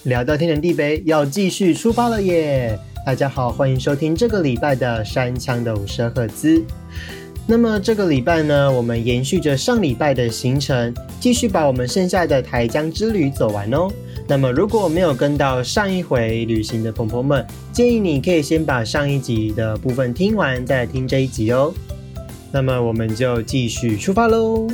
聊到天南地北，要继续出发了耶！大家好，欢迎收听这个礼拜的山羌的52赫兹。那么这个礼拜呢，我们延续着上礼拜的行程，继续把我们剩下的台江之旅走完哦。那么如果没有跟到上一回旅行的朋友们，建议你可以先把上一集的部分听完，再来听这一集哦。那么我们就继续出发喽。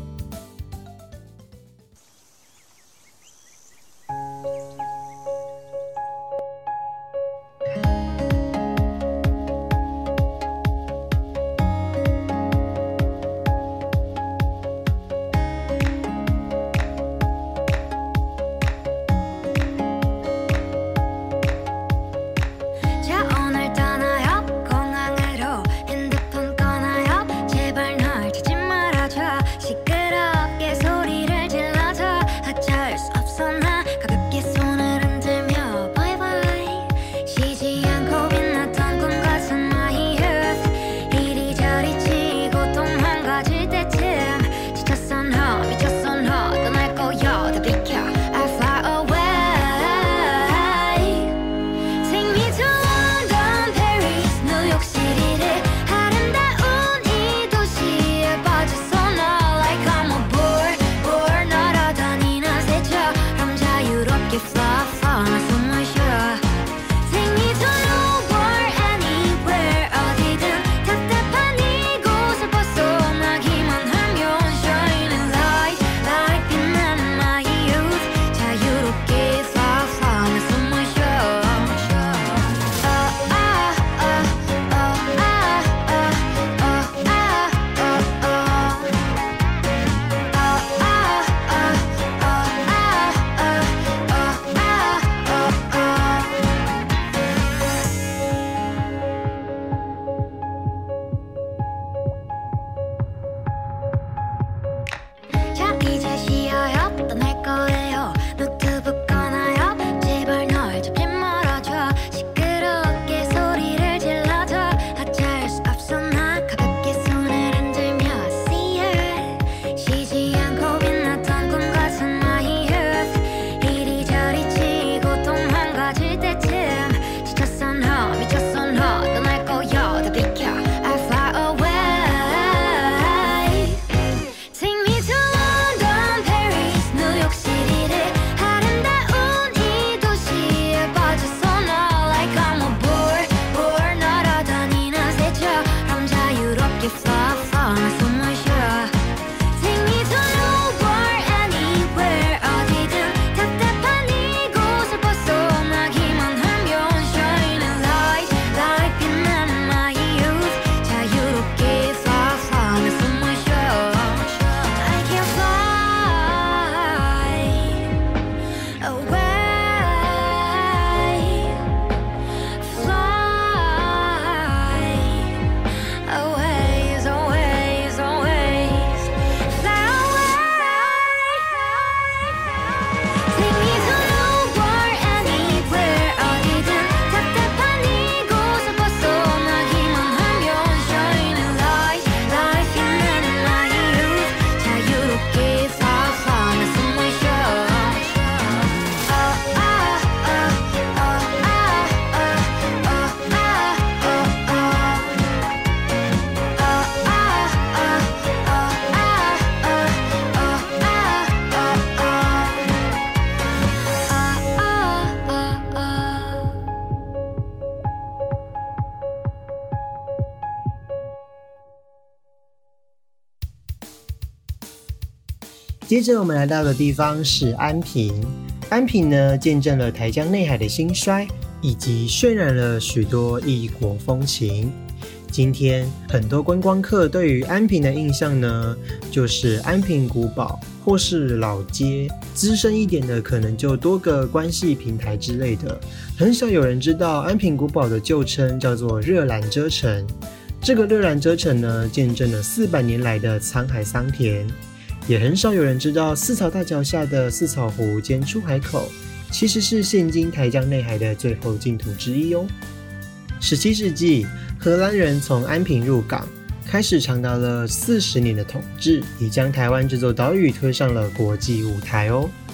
接着我们来到的地方是安平。安平呢，见证了台江内海的兴衰，以及渲染了许多异国风情。今天很多观光客对于安平的印象呢，就是安平古堡或是老街，资深一点的可能就多个关系平台之类的。很少有人知道安平古堡的旧称叫做热兰遮城。这个热兰遮城呢，见证了400年来的沧海桑田。也很少有人知道四草大桥下的四草湖兼出海口，其实是现今台江内海的最后净土之一哦。17世纪，荷兰人从安平入港，开始长达了40年的统治，也将台湾这座岛屿推上了国际舞台哦。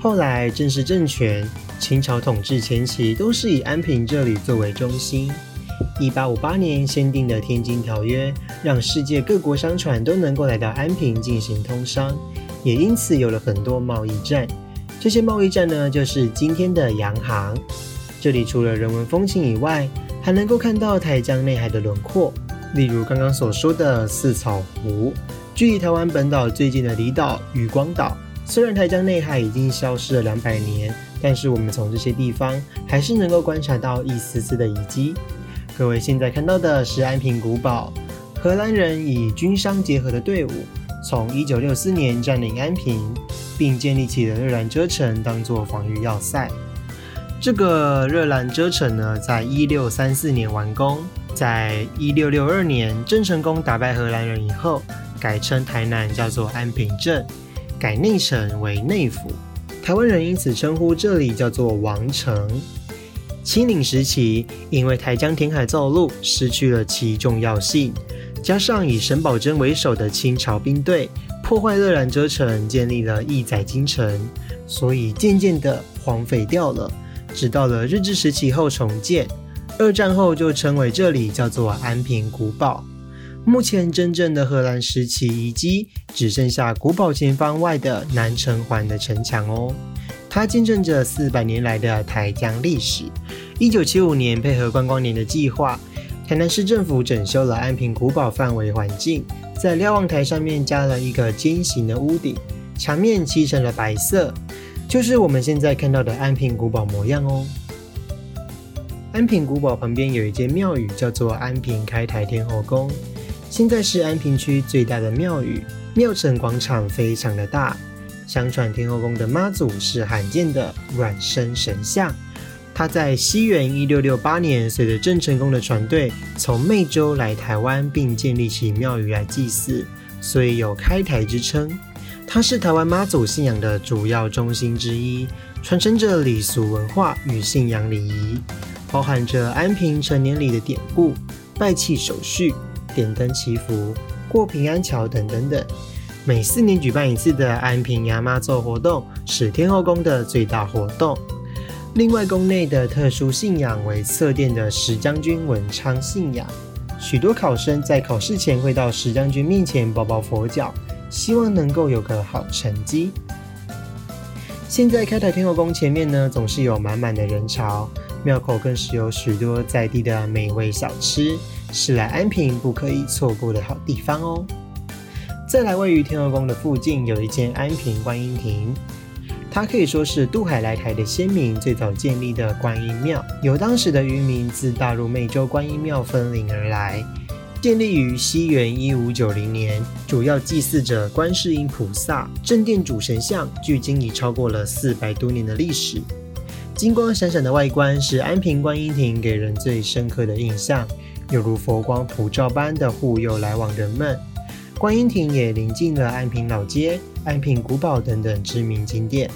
后来正式政权、清朝统治前期都是以安平这里作为中心。1858年签订的《天津条约》，让世界各国商船都能够来到安平进行通商，也因此有了很多贸易站。这些贸易站呢，就是今天的洋行。这里除了人文风情以外，还能够看到台江内海的轮廓，例如刚刚所说的四草湖，距离台湾本岛最近的离岛渔光岛。虽然台江内海已经消失了200年，但是我们从这些地方还是能够观察到一丝丝的遗迹。各位现在看到的是安平古堡，荷兰人以军商结合的队伍，从1964年占领安平，并建立起了热兰遮城当作防御要塞。这个热兰遮城呢，在1634年完工，在1662年郑成功打败荷兰人以后，改称台南叫做安平镇，改内城为内府，台湾人因此称呼这里叫做王城。清领时期，因为台江填海造陆失去了其重要性，加上以沈葆桢为首的清朝兵队破坏热兰遮城，建立了义载京城，所以渐渐的荒废掉了。直到了日治时期后重建，二战后就称为这里叫做安平古堡。目前真正的荷兰时期遗迹只剩下古堡前方外的南城环的城墙哦。它见证着400年来的台江历史。1975年配合观光年的计划，台南市政府整修了安平古堡范围环境，在瞭望台上面加了一个尖形的屋顶，墙面漆成了白色，就是我们现在看到的安平古堡模样哦。安平古堡旁边有一间庙宇，叫做安平开台天后宫，现在是安平区最大的庙宇，庙城广场非常的大。相传天后宫的妈祖是罕见的软身神像，她在西元1668年随着郑成功的船队从湄洲来台湾，并建立起庙宇来祭祀，所以有开台之称。它是台湾妈祖信仰的主要中心之一，传承着礼俗文化与信仰礼仪，包含着安平成年礼的典故、拜祭手续、点灯祈福、过平安桥等等等。每4年举办一次的安平亚妈祖活动是天后宫的最大活动。另外，宫内的特殊信仰为侧殿的石将军文昌信仰，许多考生在考试前会到石将军面前抱抱佛脚，希望能够有个好成绩。现在开台天后宫前面呢，总是有满满的人潮，庙口更是有许多在地的美味小吃，是来安平不可以错过的好地方哦。再来，位于天后宫的附近有一间安平观音亭，它可以说是渡海来台的先民最早建立的观音庙，由当时的渔民自大陆湄洲观音庙分灵而来，建立于西元1590年，主要祭祀着观世音菩萨，正殿主神像距今已超过了400多年的历史。金光闪闪的外观是安平观音亭给人最深刻的印象，犹如佛光普照般的护佑来往人们。观音亭也临近了安平老街、安平古堡等等知名景点。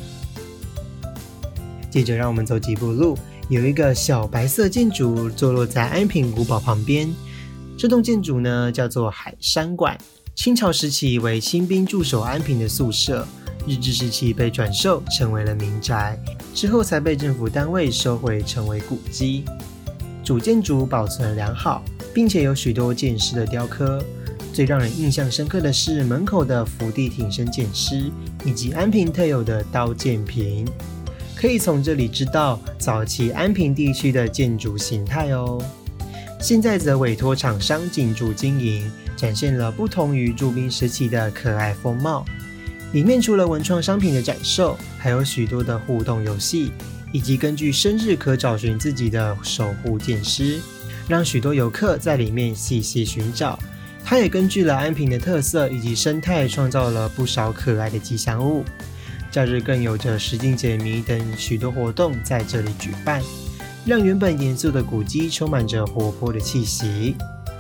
接着让我们走几步路，有一个小白色建筑坐落在安平古堡旁边。这栋建筑呢叫做海山馆，清朝时期为清兵驻守安平的宿舍，日治时期被转售成为了民宅，之后才被政府单位收回成为古迹。主建筑保存良好，并且有许多剑师的雕刻。最让人印象深刻的是门口的伏地挺身剑师，以及安平特有的刀剑屏，可以从这里知道早期安平地区的建筑形态哦。现在则委托厂商进驻经营，展现了不同于驻兵时期的可爱风貌。里面除了文创商品的展售，还有许多的互动游戏，以及根据生日可找寻自己的守护剑师，让许多游客在里面细细寻找。它也根据了安平的特色以及生态，创造了不少可爱的吉祥物。假日更有着实境解谜等许多活动在这里举办，让原本严肃的古迹充满着活泼的气息。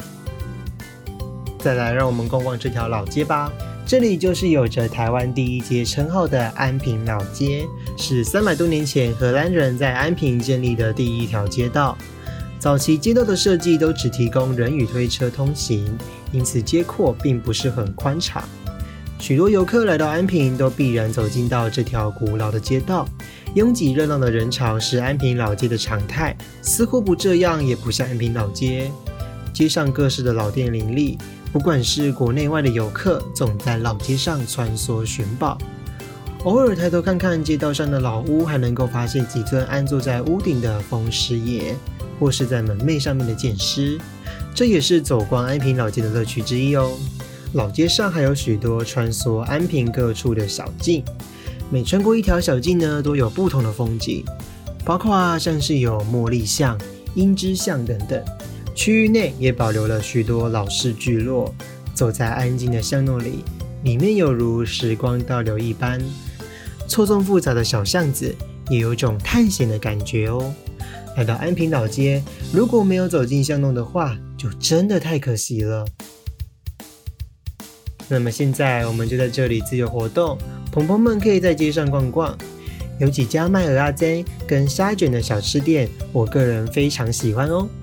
再来，让我们逛逛这条老街吧。这里就是有着台湾第一街称号的安平老街，是300多年前荷兰人在安平建立的第一条街道。早期街道的设计都只提供人与推车通行，因此街廓并不是很宽敞。 许多游客来到安平都必然走进到这条古老的街道，拥挤热闹的人潮是安平老街的常态，似乎不这样也不像安平老街。街上各式的老店林立，不管是国内外的游客总在老街上穿梭寻宝。偶尔抬头看看街道上的老屋，还能够发现几尊安坐在屋顶的风师爷，或是在门楣上面的剑师，这也是走逛安平老街的乐趣之一哦。老街上还有许多穿梭安平各处的小径，每穿过一条小径呢，都有不同的风景，包括像是有茉莉巷、樱之巷等等。区域内也保留了许多老式聚落，走在安静的巷弄里，里面有如时光倒流一般，错综复杂的小巷子，也有种探险的感觉哦。来到安平老街，如果没有走进巷弄的话，就真的太可惜了。那么现在我们就在这里自由活动，朋朋们可以在街上逛逛，有几家卖蚵仔煎跟虾卷的小吃店，我个人非常喜欢哦。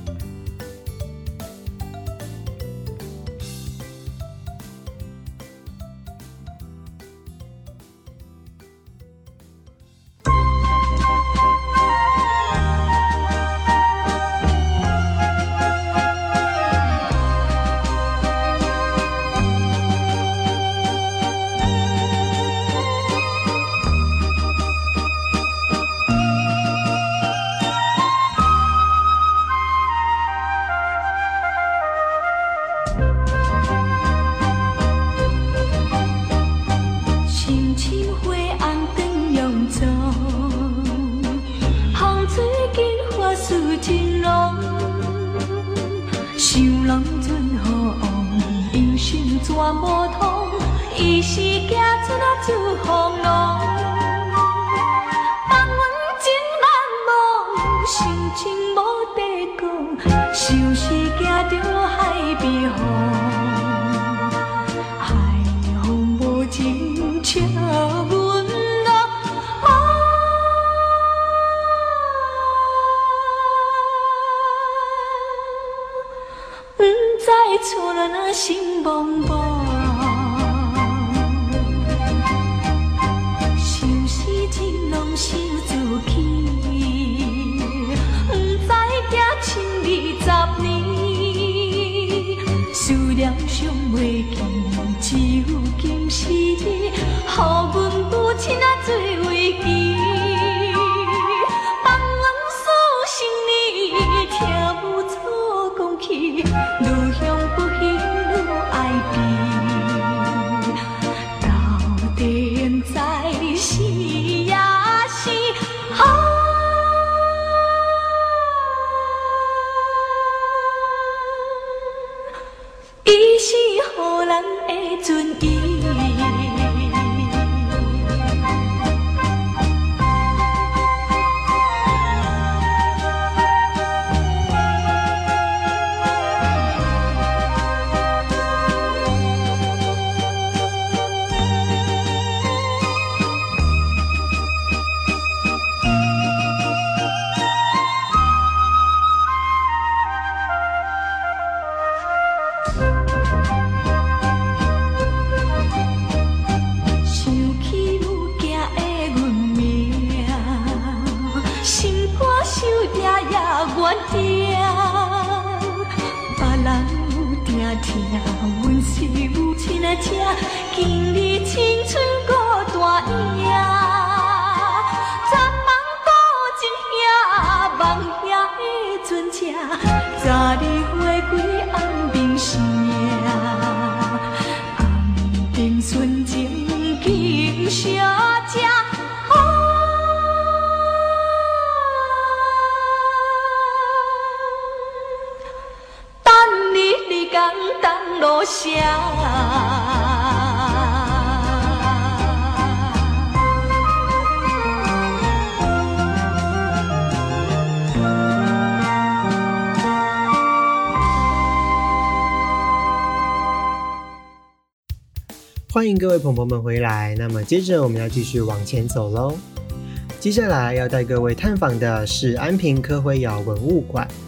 欢迎各位朋友们回来，那么接着我们要继续往前走咯。接下来要带各位探访的是安平科辉窑文物馆。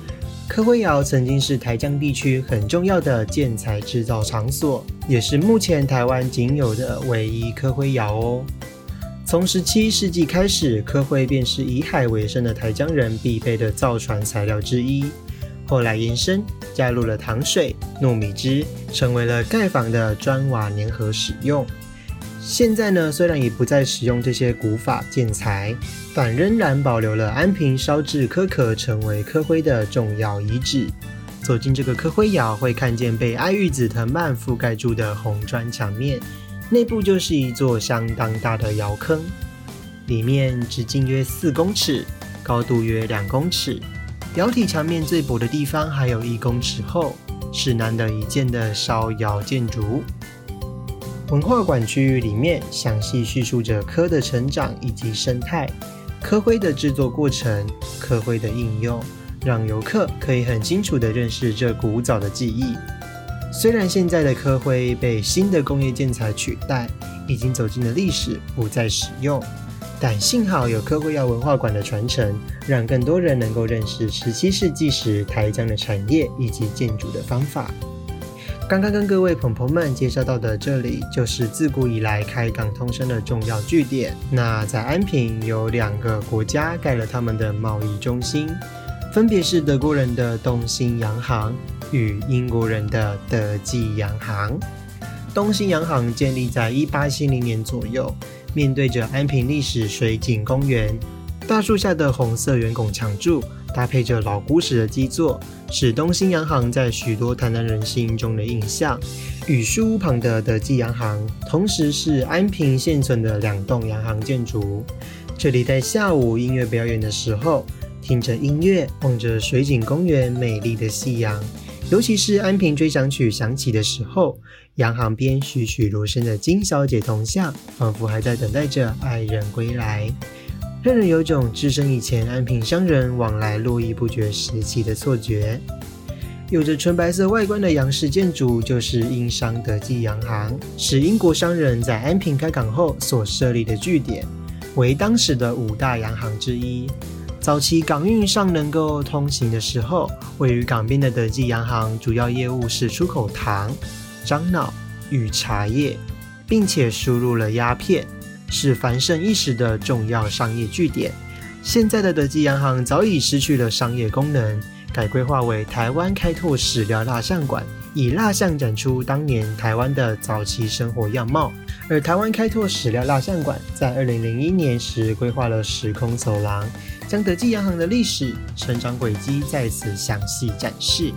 科辉窑曾经是台江地区很重要的建材制造场所，也是目前台湾仅有的唯一科辉窑哦。从17世纪开始，科辉便是以海为生的台江人必备的造船材料之一。后来延伸，加入了糖水、糯米汁，成为了盖房的砖瓦粘合使用。现在呢，虽然已不再使用这些古法建材，但仍然保留了安平烧制科壳成为科辉的重要遗址。走进这个科辉窑，会看见被爱玉紫藤蔓覆盖住的红砖墙面，内部就是一座相当大的窑坑，里面直径约4公尺，高度约2公尺。窑体墙面最薄的地方还有1公尺厚，是难得一见的烧窑建筑。文化馆区域里面详细叙述着科的成长以及生态、科辉的制作过程、科辉的应用，让游客可以很清楚地认识这古早的技艺。虽然现在的科辉被新的工业建材取代，已经走进了历史，不再使用，但幸好有科辉窑文化馆的传承，让更多人能够认识17世纪时台江的产业以及建筑的方法。刚刚跟各位朋友们介绍到的这里，就是自古以来开港通商的重要据点。那在安平有2个国家盖了他们的贸易中心，分别是德国人的东兴洋行与英国人的德记洋行。东兴洋行建立在1870年左右，面对着安平历史水景公园，大树下的红色圆拱墙柱，搭配着老古史的基座，使东兴洋行在许多台南人心中的印象。与树屋旁的德记洋行，同时是安平现存的2栋洋行建筑。这里在下午音乐表演的时候，听着音乐，望着水景公园美丽的夕阳，尤其是安平追想曲响起的时候，洋行边栩栩如生的金小姐铜像，仿佛还在等待着爱人归来，让人有种置身以前安平商人往来络绎不绝时期的错觉。有着纯白色外观的洋式建筑就是英商德记洋行，是英国商人在安平开港后所设立的据点，为当时的5大洋行之一。早期港运上能够通行的时候，位于港边的德记洋行主要业务是出口糖、樟脑与茶叶，并且输入了鸦片，是繁盛一时的重要商业据点。现在的德记洋行早已失去了商业功能，改规划为台湾开拓史料蜡像馆，以蜡像展出当年台湾的早期生活样貌。而台湾开拓史料蜡像馆在2001年时规划了时空走廊，将德记洋行的历史、成长轨迹在此详细展示。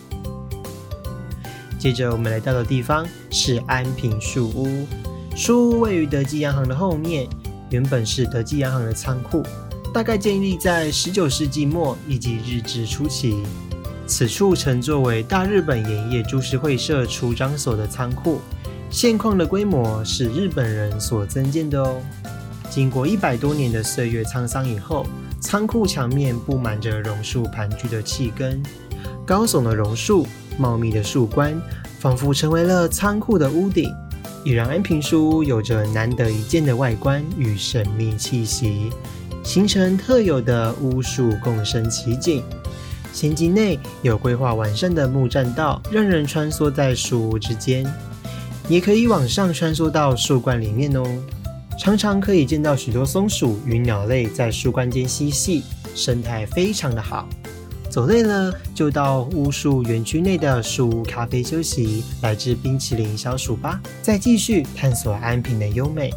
接着我们来到的地方是安平树屋。树屋位于德记洋行的后面，原本是德记洋行的仓库，大概建立在19世纪末以及日治初期。此处曾作为大日本盐业株式会社出张所的仓库，现况的规模是日本人所增建的哦。经过100多年的岁月沧桑以后，仓库墙面布满着榕树盘踞的气根，高耸的榕树、茂密的树冠，仿佛成为了仓库的屋顶，也让安平树屋有着难得一见的外观与神秘气息，形成特有的屋树共生奇景。仙境内有规划完善的木栈道，让人穿梭在树屋之间，也可以往上穿梭到树冠里面哦。常常可以见到许多松鼠与鸟类在树冠间嬉戏，生态非常的好。走累了就到屋树园区内的树屋咖啡休息，来吃冰淇淋消暑吧，再继续探索安平的优美。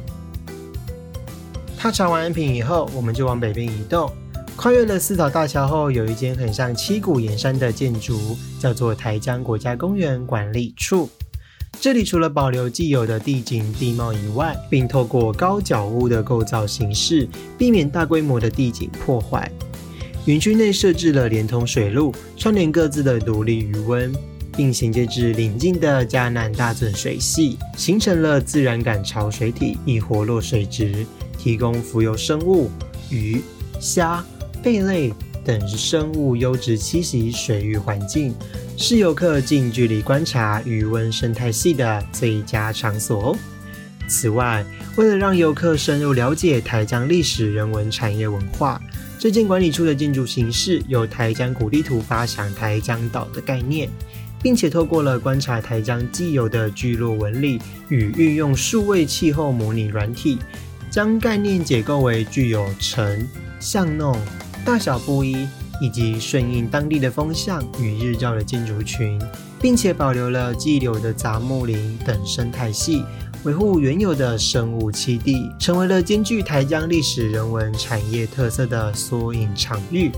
踏查完安平以后，我们就往北边移动。跨越了四草大桥后，有一间很像七股岩山的建筑，叫做台江国家公园管理处。这里除了保留既有的地景地貌以外，并透过高脚屋的构造形式，避免大规模的地景破坏。园区内设置了连通水路，串联各自的独立渔温，并衔接至邻近的嘉南大圳水系，形成了自然感潮水体，以活络水质，提供浮游生物、鱼、虾、贝类等生物优质栖息水域环境，是游客近距离观察渔温生态系的最佳场所哦。 此外，为了让游客深入了解台江历史、人文、产业、文化，这间管理处的建筑形式由台江古地图发想台江岛的概念，并且透过了观察台江既有的聚落纹理与运用数位气候模拟软体，将概念解构为具有城、巷弄、大小不一以及顺应当地的风向与日照的建筑群，并且保留了既有的杂木林等生态系，维护原有的生物栖地，成为了兼具台江历史、人文、产业特色的缩影场域。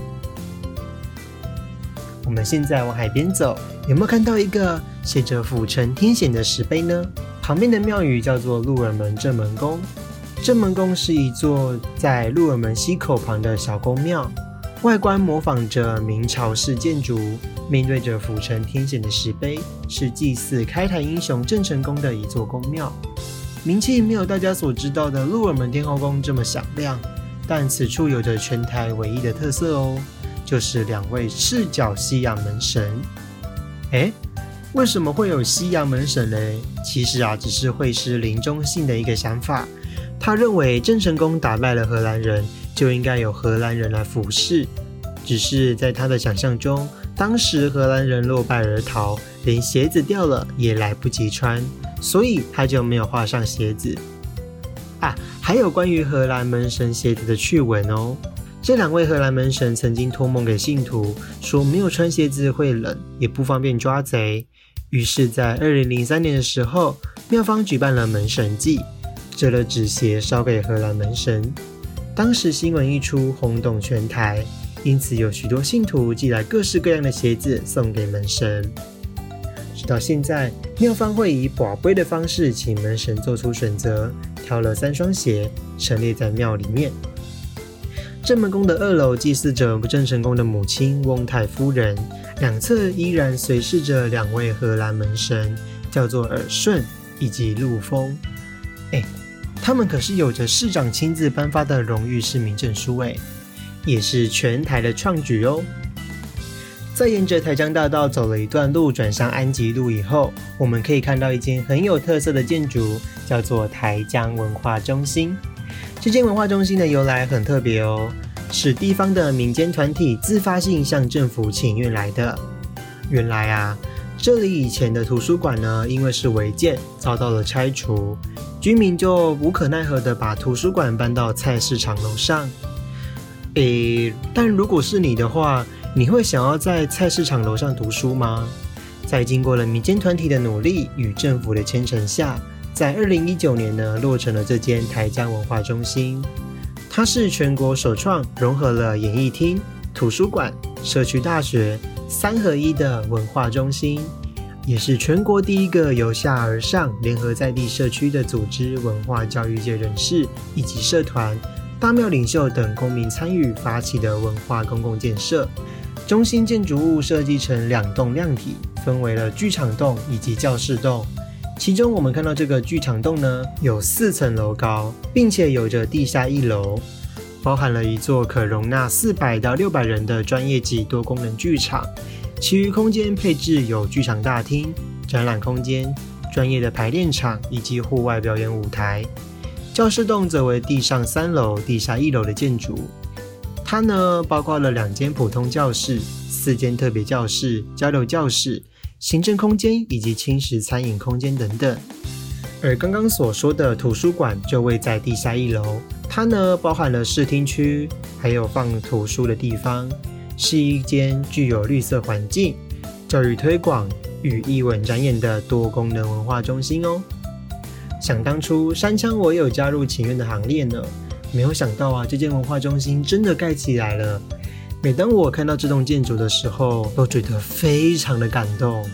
我们现在往海边走，有没有看到一个写着府城天险的石碑呢？旁边的庙宇叫做鹿耳门正门宫。正门宫是一座在鹿耳门溪口旁的小宫庙，外观模仿着明朝式建筑，面对着府城天险的石碑，是祭祀开台英雄郑成功的一座宫庙。名气没有大家所知道的鹿耳门天后宫这么响亮，但此处有着全台唯一的特色哦，就是2位赤脚西洋门神。为什么会有西洋门神嘞？其实只是会师林中信的一个想法。他认为郑成功打败了荷兰人，就应该由荷兰人来服侍。只是在他的想象中，当时荷兰人落败而逃，连鞋子掉了也来不及穿，所以他就没有画上鞋子。还有关于荷兰门神鞋子的趣闻哦。这2位荷兰门神曾经托梦给信徒，说没有穿鞋子会冷，也不方便抓贼。于是在2003年的时候，庙方举办了门神祭，折了纸鞋烧给荷兰门神。当时新闻一出，轰动全台，因此有许多信徒寄来各式各样的鞋子送给门神。直到现在，庙方会以跋杯的方式请门神做出选择，挑了3双鞋陈列在庙里面。正门宫的2楼祭祀着郑成功的母亲翁太夫人，两侧依然随侍着2位荷兰门神，叫做耳顺以及陆丰。他们可是有着市长亲自颁发的荣誉市民证书，也是全台的创举哦。在沿着台江大道走了一段路，转上安吉路以后，我们可以看到一间很有特色的建筑，叫做台江文化中心。这间文化中心的由来很特别哦，是地方的民间团体自发性向政府请愿来的。原来这里以前的图书馆呢，因为是违建，遭到了拆除，居民就无可奈何的把图书馆搬到菜市场楼上。但如果是你的话，你会想要在菜市场楼上读书吗？在经过了民间团体的努力与政府的牵扯下，在2019年呢，落成了这间台江文化中心。它是全国首创融合了演艺厅、图书馆、社区大学3合1的文化中心，也是全国第一个由下而上联合在地社区的组织文化教育界人士以及社团、大庙领袖等公民参与发起的文化公共建设。中心建筑物设计成2栋量体，分为了剧场栋以及教室栋。其中我们看到这个剧场栋呢，有4层楼高，并且有着地下1楼，包含了一座可容纳400到600人的专业级多功能剧场。其余空间配置有剧场大厅、展览空间、专业的排练场以及户外表演舞台。教室栋则为地上3楼、地下1楼的建筑。它呢，包括了2间普通教室、4间特别教室、交流教室、行政空间以及轻食餐饮空间等等。而刚刚所说的图书馆就位在地下1楼，它呢包含了视听区，还有放图书的地方，是一间具有绿色环境、教育推广与艺文展演的多功能文化中心哦。想当初山羌我也有加入请愿的行列呢，没有想到这间文化中心真的盖起来了。每当我看到这栋建筑的时候，都觉得非常的感动。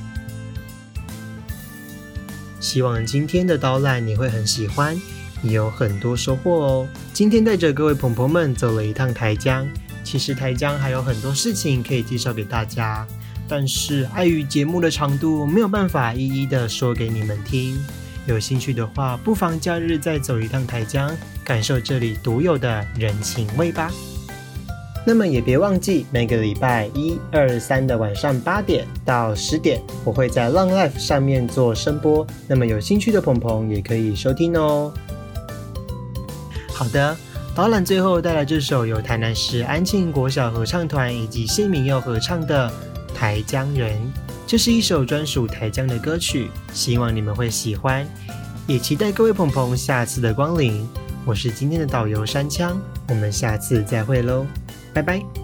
希望今天的导览你会很喜欢，也有很多收获哦。今天带着各位朋友们走了一趟台江，其实台江还有很多事情可以介绍给大家，但是碍于节目的长度，没有办法一一的说给你们听。有兴趣的话，不妨假日再走一趟台江，感受这里独有的人情味吧。 那么也别忘记每个礼拜1、2、3的晚上8点到10点，我会在 Long Life 上面做声播，那么有兴趣的朋友也可以收听哦。好的，导览最后带来这首由台南市安庆国小合唱团以及谢敏佑合唱的《台江人》，这是一首专属台江的歌曲，希望你们会喜欢，也期待各位朋友下次的光临。我是今天的导游山羌，我们下次再会喽，拜拜。